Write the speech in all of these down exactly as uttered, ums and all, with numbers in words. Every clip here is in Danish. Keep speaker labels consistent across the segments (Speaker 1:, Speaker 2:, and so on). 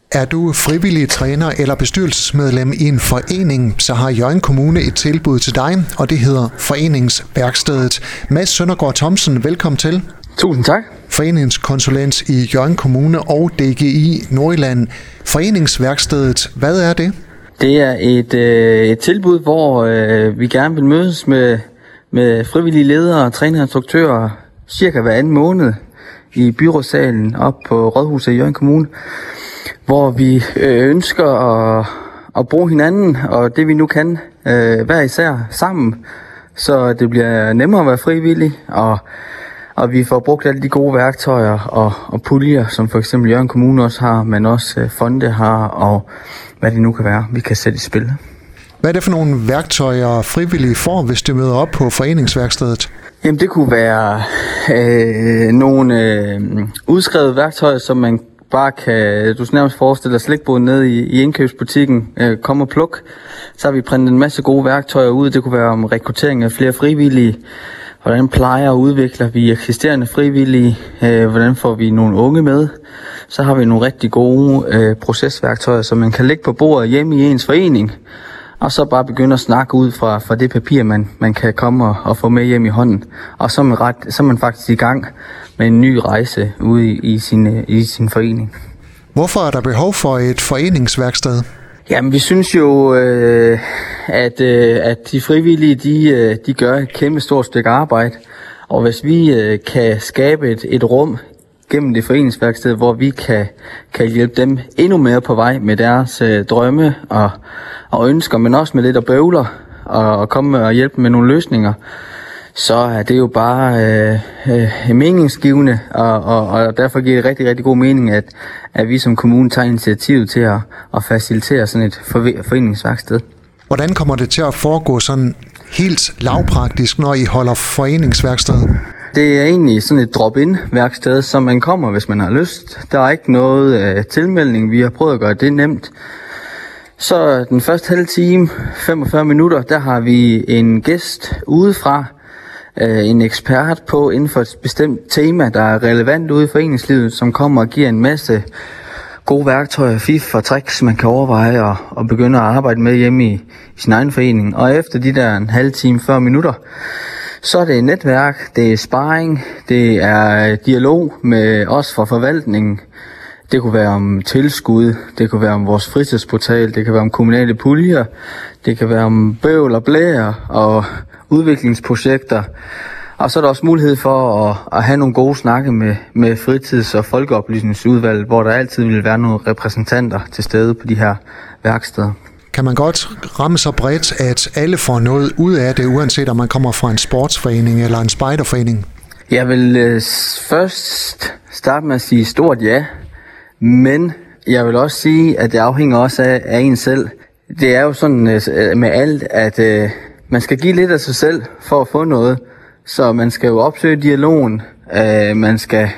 Speaker 1: Er du frivillig træner eller bestyrelsesmedlem i en forening, så har Hjørring Kommune et tilbud til dig, og det hedder Foreningsværkstedet. Mads Søndergaard Thomsen, velkommen til.
Speaker 2: Tusind tak.
Speaker 1: Foreningskonsulent i Hjørring Kommune og D G I Nordjylland. Foreningsværkstedet, hvad er det?
Speaker 2: Det er et, øh, et tilbud, hvor øh, vi gerne vil mødes med, med frivillige ledere, trænere og instruktører cirka hver anden måned i byrådssalen op på Rådhuset i Hjørring Kommune, hvor vi øh, ønsker at, at bruge hinanden og det vi nu kan øh, hver især sammen, så det bliver nemmere at være frivillig, og, og vi får brugt alle de gode værktøjer og, og puljer, som for eksempel Hjørring Kommune også har, men også øh, fonde har, og hvad det nu kan være, vi kan sætte i spil.
Speaker 1: Hvad er det for nogle værktøjer frivillige får, hvis de møder op på foreningsværkstedet?
Speaker 2: Jamen det kunne være øh, nogle øh, udskrevet værktøjer, som man bare kan, du nærmest forestille dig slikboden nede i, i indkøbsbutikken, øh, kom og pluk. Så har vi printet en masse gode værktøjer ud. Det kunne være om rekruttering af flere frivillige. Hvordan plejer og udvikler vi eksisterende frivillige? Øh, hvordan får vi nogle unge med? Så har vi nogle rigtig gode øh, procesværktøjer, som man kan lægge på bordet hjemme i ens forening. Og så bare begynde at snakke ud fra, fra det papir, man, man kan komme og, og få med hjem i hånden. Og så er, man ret, så er man faktisk i gang med en ny rejse ude i, i, sin, i sin forening.
Speaker 1: Hvorfor er der behov for et foreningsværksted?
Speaker 2: Jamen, vi synes jo, øh, at, øh, at de frivillige, de, øh, de gør et kæmpe stort stykke arbejde. Og hvis vi øh, kan skabe et, et rum gennem det foreningsværksted, hvor vi kan, kan hjælpe dem endnu mere på vej med deres øh, drømme og, og ønsker, men også med lidt og bøvler, og, og komme og hjælpe med nogle løsninger, så er det jo bare øh, øh, meningsgivende, og, og, og derfor giver det rigtig, rigtig god mening, at, at vi som kommune tager initiativ til at, at facilitere sådan et foreningsværksted.
Speaker 1: Hvordan kommer det til at foregå sådan helt lavpraktisk, når I holder foreningsværksted?
Speaker 2: Det er egentlig sådan et drop-in værksted, som man kommer, hvis man har lyst. Der er ikke noget øh, tilmelding. Vi har prøvet at gøre det nemt. Så den første halve time, femogfyrre minutter, der har vi en gæst udefra, øh, en ekspert på inden for et bestemt tema, der er relevant ude i foreningslivet, som kommer og giver en masse gode værktøjer, fif og tricks, man kan overveje og, og begynde at arbejde med hjemme i, i sin egen forening. Og efter de der en halv time, fyrre minutter, så er det netværk, det er sparring, det er dialog med os fra forvaltningen. Det kunne være om tilskud, det kunne være om vores fritidsportal, det kan være om kommunale puljer, det kan være om bøvl og blære og udviklingsprojekter. Og så er der også mulighed for at, at have nogle gode snakke med, med fritids- og folkeoplysningsudvalg, hvor der altid vil være nogle repræsentanter til stede på de her værksteder.
Speaker 1: Kan man godt ramme så bredt, at alle får noget ud af det, uanset om man kommer fra en sportsforening eller en spejderforening? Jeg
Speaker 2: vil øh, først starte med at sige stort ja, men jeg vil også sige, at det afhænger også af, af en selv. Det er jo sådan øh, med alt, at øh, man skal give lidt af sig selv for at få noget, så man skal jo opsøge dialogen, øh, man skal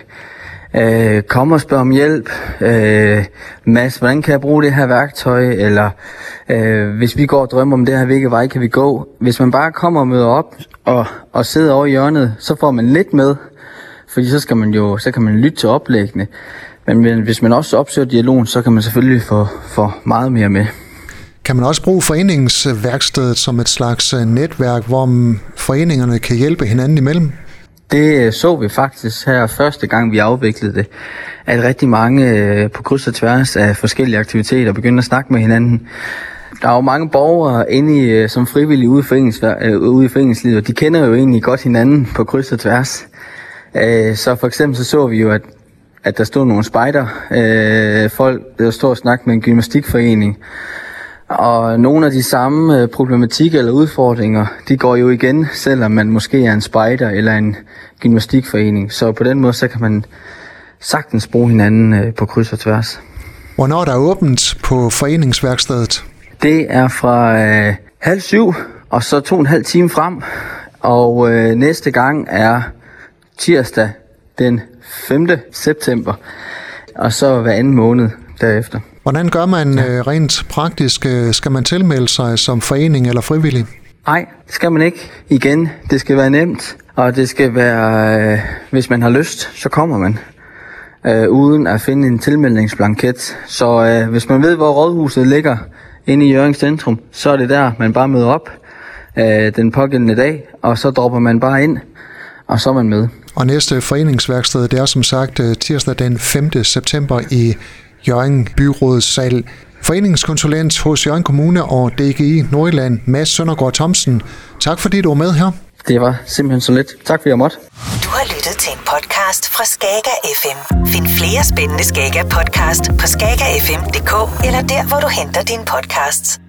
Speaker 2: Øh, kom og spørg om hjælp. Øh, Mads, hvordan kan jeg bruge det her værktøj? Eller øh, hvis vi går og drømmer om det her, hvilke vej kan vi gå? Hvis man bare kommer og møder op og, og sidder over i hjørnet, så får man lidt med. Fordi så skal man jo, så kan man lytte til oplæggene. Men hvis man også opsøger dialogen, så kan man selvfølgelig få, få meget mere med.
Speaker 1: Kan man også bruge foreningsværkstedet som et slags netværk, hvor foreningerne kan hjælpe hinanden imellem?
Speaker 2: Det så vi faktisk her første gang, vi afviklede det, at rigtig mange på kryds og tværs af forskellige aktiviteter begyndte at snakke med hinanden. Der er jo mange borgere inde i, som frivillige ude i, forenings, ude i foreningslivet, og de kender jo egentlig godt hinanden på kryds og tværs. Så for eksempel så så vi jo, at, at der stod nogle spejder, folk der stod og snakkede med en gymnastikforening. Og nogle af de samme problematikker eller udfordringer, de går jo igen, selvom man måske er en spejder eller en gymnastikforening. Så på den måde, så kan man sagtens bruge hinanden på kryds og tværs.
Speaker 1: Hvornår er der åbent på foreningsværkstedet?
Speaker 2: Det er fra øh, halv syv, og så to og en halv time frem. Og øh, næste gang er tirsdag den femte september, og så hver anden måned derefter.
Speaker 1: Hvordan gør man ja. rent praktisk? Skal man tilmelde sig som forening eller frivillig?
Speaker 2: Nej, det skal man ikke. Igen, det skal være nemt, og det skal være, øh, hvis man har lyst, så kommer man. øh, uden at finde en tilmeldingsblanket. Så øh, hvis man ved, hvor rådhuset ligger inde i Hjørring Centrum, så er det der, man bare møder op øh, den pågældende dag, og så dropper man bare ind, og så er man med.
Speaker 1: Og næste foreningsværksted, det er som sagt tirsdag den femte september i Hjørring Byrådssal. Foreningskonsulent hos Hjørring Kommune og D G I Nordjylland, Mads Søndergaard Thomsen. Tak fordi du var med her.
Speaker 2: Det var simpelthen så lidt. Tak fordi jeg måtte.
Speaker 3: Du har lyttet til en podcast fra Skager F M. Find flere spændende Skager podcast på skager f m punktum d k eller der, hvor du henter dine podcasts.